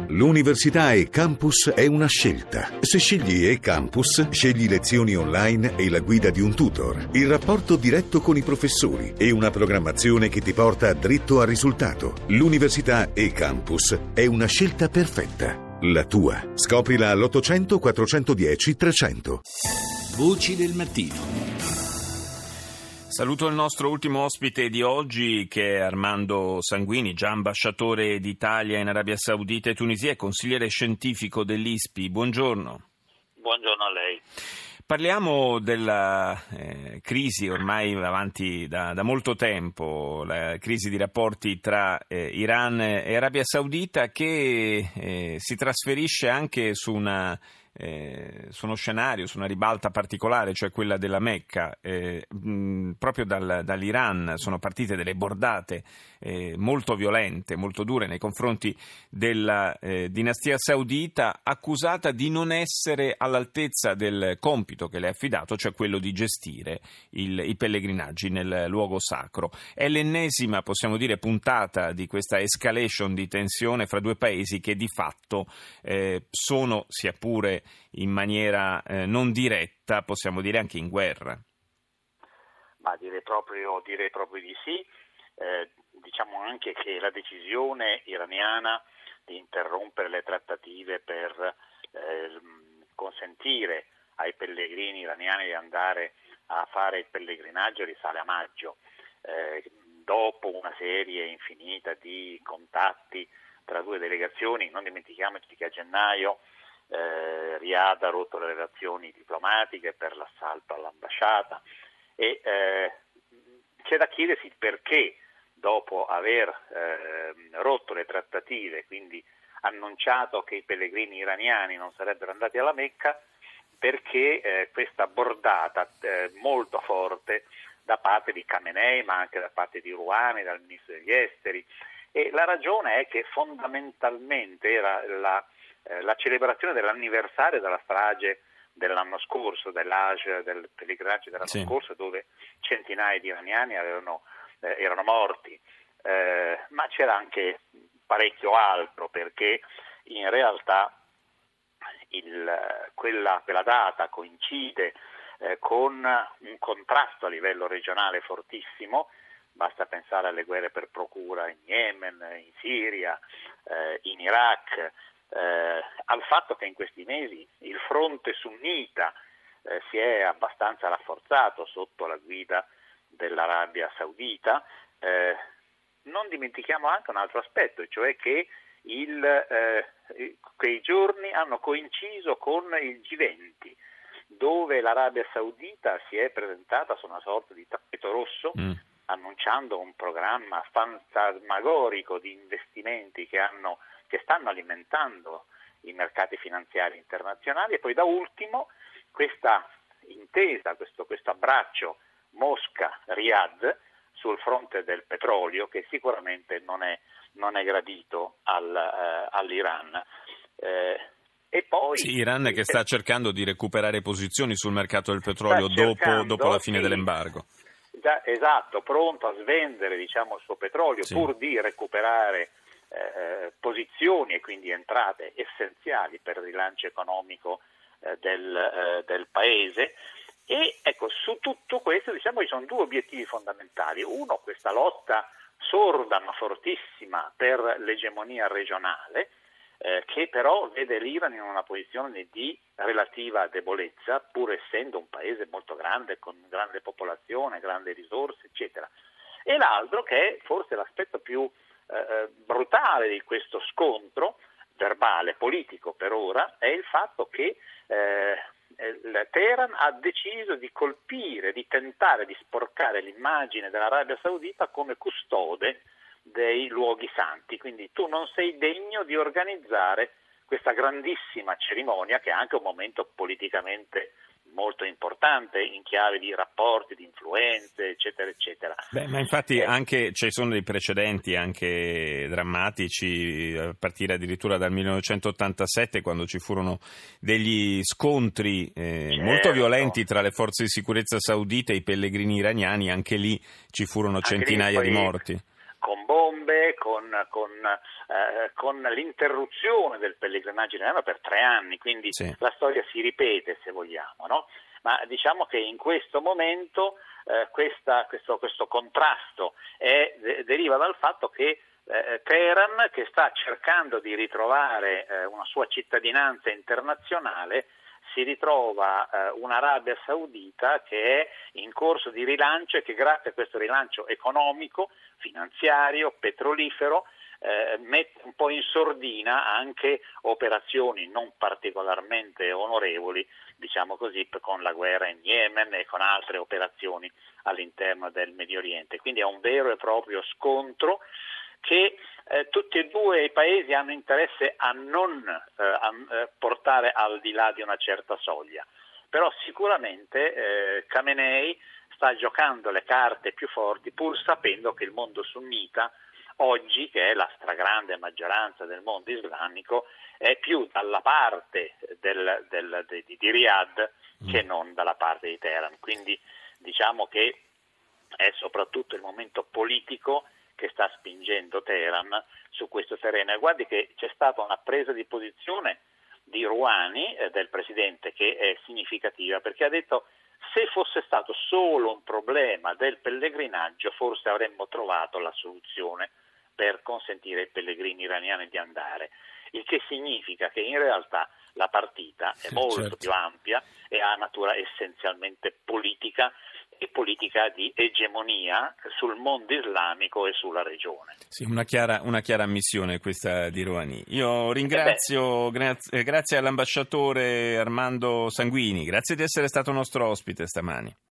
L'università e-Campus è una scelta. Se scegli e-Campus, scegli lezioni online e la guida di un tutor, il rapporto diretto con i professori e una programmazione che ti porta dritto al risultato. L'università e-Campus è una scelta perfetta. La tua. Scoprila all'800 410 300. Voci del mattino. Saluto il nostro ultimo ospite di oggi, che è Armando Sanguini, già ambasciatore d'Italia in Arabia Saudita e Tunisia e consigliere scientifico dell'ISPI. Buongiorno. Buongiorno a lei. Parliamo della crisi ormai avanti da molto tempo, la crisi di rapporti tra Iran e Arabia Saudita, che si trasferisce anche su uno scenario, su una ribalta particolare, cioè quella della Mecca. Proprio dall'Iran sono partite delle bordate molto violente, molto dure nei confronti della dinastia saudita, accusata di non essere all'altezza del compito che le è affidato, cioè quello di gestire i pellegrinaggi nel luogo sacro. È l'ennesima, possiamo dire, puntata di questa escalation di tensione fra due paesi che di fatto sono, sia pure in maniera non diretta, possiamo dire anche in guerra. Ma direi proprio di sì. Diciamo anche che la decisione iraniana di interrompere le trattative per consentire ai pellegrini iraniani di andare a fare il pellegrinaggio risale a maggio, dopo una serie infinita di contatti tra due delegazioni. Non dimentichiamoci che a gennaio Riyadh ha rotto le relazioni diplomatiche per l'assalto all'ambasciata e c'è da chiedersi perché, dopo aver rotto le trattative, quindi annunciato che i pellegrini iraniani non sarebbero andati alla Mecca, perché questa bordata molto forte da parte di Khamenei, ma anche da parte di Rouhani, dal ministro degli esteri. E la ragione è che fondamentalmente era la celebrazione dell'anniversario della strage dell'anno scorso, dell'Hajj, del pellegrinaggio dell'anno scorso, dove centinaia di iraniani erano morti, ma c'era anche parecchio altro, perché in realtà quella data coincide con un contrasto a livello regionale fortissimo. Basta pensare alle guerre per procura in Yemen, in Siria, in Iraq, al fatto che in questi mesi il fronte sunnita si è abbastanza rafforzato sotto la guida dell'Arabia Saudita. Non dimentichiamo anche un altro aspetto, cioè che quei giorni hanno coinciso con il G20, dove l'Arabia Saudita si è presentata su una sorta di tappeto rosso, annunciando un programma fantasmagorico di investimenti che stanno alimentando i mercati finanziari internazionali. E poi da ultimo questa intesa, questo abbraccio Mosca-Riyadh sul fronte del petrolio, che sicuramente non è gradito all'Iran. E poi Iran che sta cercando di recuperare posizioni sul mercato del petrolio dopo la fine dell'embargo. Esatto, pronto a svendere il suo petrolio, pur di recuperare posizioni e quindi entrate essenziali per il rilancio economico del paese. E ecco, su tutto questo ci sono due obiettivi fondamentali. Uno, questa lotta sorda ma fortissima per l'egemonia regionale, che però vede l'Iran in una posizione di relativa debolezza, pur essendo un paese molto grande, con grande popolazione, grandi risorse, eccetera. E l'altro, che è forse l'aspetto più brutale di questo scontro verbale, politico per ora, è il fatto che Teheran ha deciso di colpire, di tentare di sporcare l'immagine dell'Arabia Saudita come custode dei luoghi santi. Quindi tu non sei degno di organizzare questa grandissima cerimonia, che è anche un momento politicamente molto importante in chiave di rapporti, di influenze, eccetera, eccetera. Ma infatti anche ci sono dei precedenti anche drammatici, a partire addirittura dal 1987, quando ci furono degli scontri molto violenti tra le forze di sicurezza saudite e i pellegrini iraniani. Anche lì ci furono centinaia di morti. Con bombe, anche con l'interruzione del pellegrinaggio iraniano per 3 anni, quindi sì, la storia si ripete, se vogliamo, no? Ma diciamo che in questo momento questo contrasto deriva dal fatto che Teheran, che sta cercando di ritrovare una sua cittadinanza internazionale, si ritrova un'Arabia Saudita che è in corso di rilancio e che grazie a questo rilancio economico, finanziario, petrolifero, mette un po' in sordina anche operazioni non particolarmente onorevoli, diciamo così, con la guerra in Yemen e con altre operazioni all'interno del Medio Oriente. Quindi è un vero e proprio scontro che tutti e due i paesi hanno interesse a non portare al di là di una certa soglia. Però sicuramente Khamenei sta giocando le carte più forti, pur sapendo che il mondo sunnita oggi, che è la stragrande maggioranza del mondo islamico, è più dalla parte di Riyadh che non dalla parte di Teheran. Quindi diciamo che è soprattutto il momento politico che sta spingendo Teheran su questo terreno. E guardi che c'è stata una presa di posizione di Rouhani, del presidente, che è significativa, perché ha detto: se fosse stato solo un problema del pellegrinaggio forse avremmo trovato la soluzione per consentire ai pellegrini iraniani di andare, il che significa che in realtà la partita è molto più ampia e ha natura essenzialmente politica e politica di egemonia sul mondo islamico e sulla regione. Sì, una chiara ammissione questa di Rouhani. Io ringrazio, grazie all'ambasciatore Armando Sanguini, grazie di essere stato nostro ospite stamani.